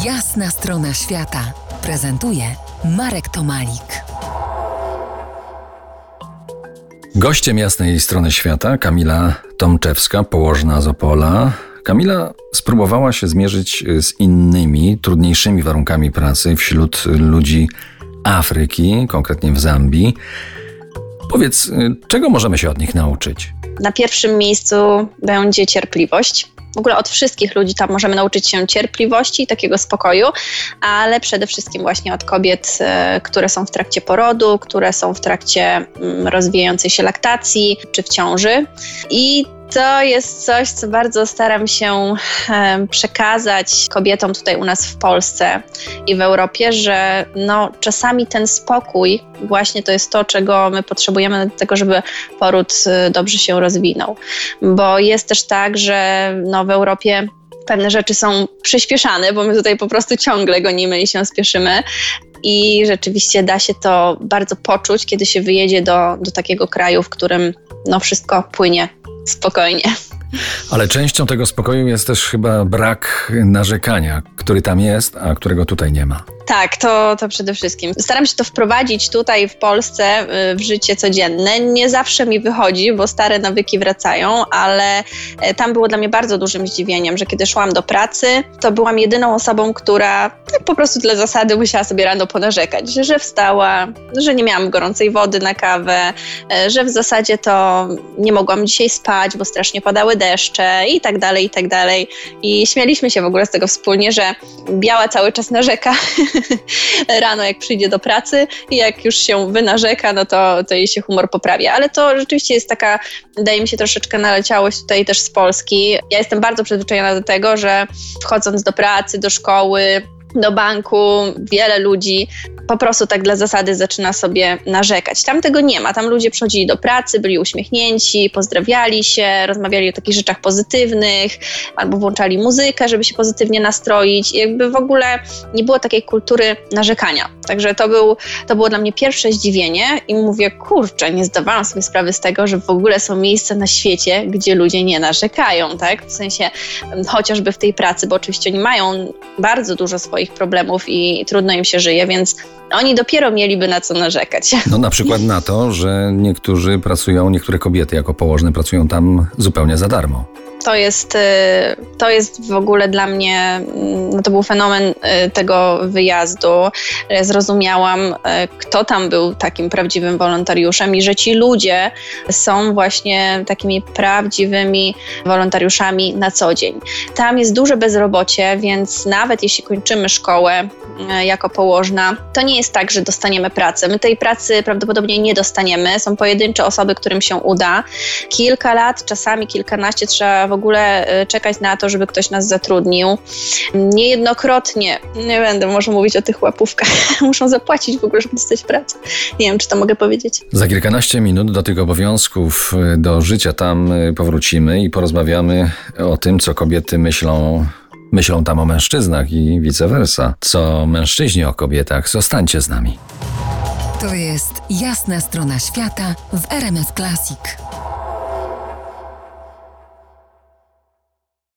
Jasna strona świata prezentuje Marek Tomalik. Gościem Jasnej strony świata Kamila Tomczewska, położna z Opola. Kamila spróbowała się zmierzyć z innymi, trudniejszymi warunkami pracy wśród ludzi Afryki, konkretnie w Zambii. Powiedz, czego możemy się od nich nauczyć? Na pierwszym miejscu będzie cierpliwość. W ogóle od wszystkich ludzi tam możemy nauczyć się cierpliwości, takiego spokoju, ale przede wszystkim właśnie od kobiet, które są w trakcie porodu, które są w trakcie rozwijającej się laktacji czy w ciąży. I to jest coś, co bardzo staram się przekazać kobietom tutaj u nas w Polsce i w Europie, że czasami ten spokój właśnie to jest to, czego my potrzebujemy do tego, żeby poród dobrze się rozwinął. Bo jest też tak, że w Europie pewne rzeczy są przyspieszane, bo my tutaj po prostu ciągle gonimy i się spieszymy. I rzeczywiście da się to bardzo poczuć, kiedy się wyjedzie do takiego kraju, w którym wszystko płynie spokojnie. Ale częścią tego spokoju jest też chyba brak narzekania, który tam jest, a którego tutaj nie ma. Tak, to przede wszystkim. Staram się to wprowadzić tutaj w Polsce w życie codzienne. Nie zawsze mi wychodzi, bo stare nawyki wracają, ale tam było dla mnie bardzo dużym zdziwieniem, że kiedy szłam do pracy, to byłam jedyną osobą, która tak po prostu dla zasady musiała sobie rano ponarzekać, że wstała, że nie miałam gorącej wody na kawę, że w zasadzie to nie mogłam dzisiaj spać, bo strasznie padały deszcze i tak dalej, i tak dalej. I śmialiśmy się w ogóle z tego wspólnie, że Biała cały czas narzeka rano, jak przyjdzie do pracy i jak już się wynarzeka, to jej się humor poprawia. Ale to rzeczywiście jest taka, wydaje mi się, troszeczkę naleciałość tutaj też z Polski. Ja jestem bardzo przyzwyczajona do tego, że wchodząc do pracy, do szkoły, do banku, wiele ludzi po prostu tak dla zasady zaczyna sobie narzekać. Tam tego nie ma. Tam ludzie przychodzili do pracy, byli uśmiechnięci, pozdrawiali się, rozmawiali o takich rzeczach pozytywnych, albo włączali muzykę, żeby się pozytywnie nastroić. I jakby w ogóle nie było takiej kultury narzekania. Także to było dla mnie pierwsze zdziwienie i mówię, kurczę, nie zdawałam sobie sprawy z tego, że w ogóle są miejsca na świecie, gdzie ludzie nie narzekają, tak? W sensie chociażby w tej pracy, bo oczywiście oni mają bardzo dużo swoich problemów i trudno im się żyje, więc oni dopiero mieliby na co narzekać. Na przykład na to, że niektóre kobiety jako położne pracują tam zupełnie za darmo. To jest w ogóle dla mnie, to był fenomen tego wyjazdu. Zrozumiałam, kto tam był takim prawdziwym wolontariuszem i że ci ludzie są właśnie takimi prawdziwymi wolontariuszami na co dzień. Tam jest duże bezrobocie, więc nawet jeśli kończymy szkołę jako położna, to nie jest tak, że dostaniemy pracę. My tej pracy prawdopodobnie nie dostaniemy. Są pojedyncze osoby, którym się uda. Kilka lat, czasami kilkanaście trzeba w ogóle czekać na to, żeby ktoś nas zatrudnił. Niejednokrotnie, nie będę może mówić o tych łapówkach, muszą zapłacić w ogóle, żeby dostać pracę. Nie wiem, czy to mogę powiedzieć. Za kilkanaście minut do tych obowiązków, do życia tam powrócimy i porozmawiamy o tym, co kobiety myślą tam o mężczyznach i vice versa. Co mężczyźni o kobietach. Zostańcie z nami. To jest Jasna strona świata w RMF Classic.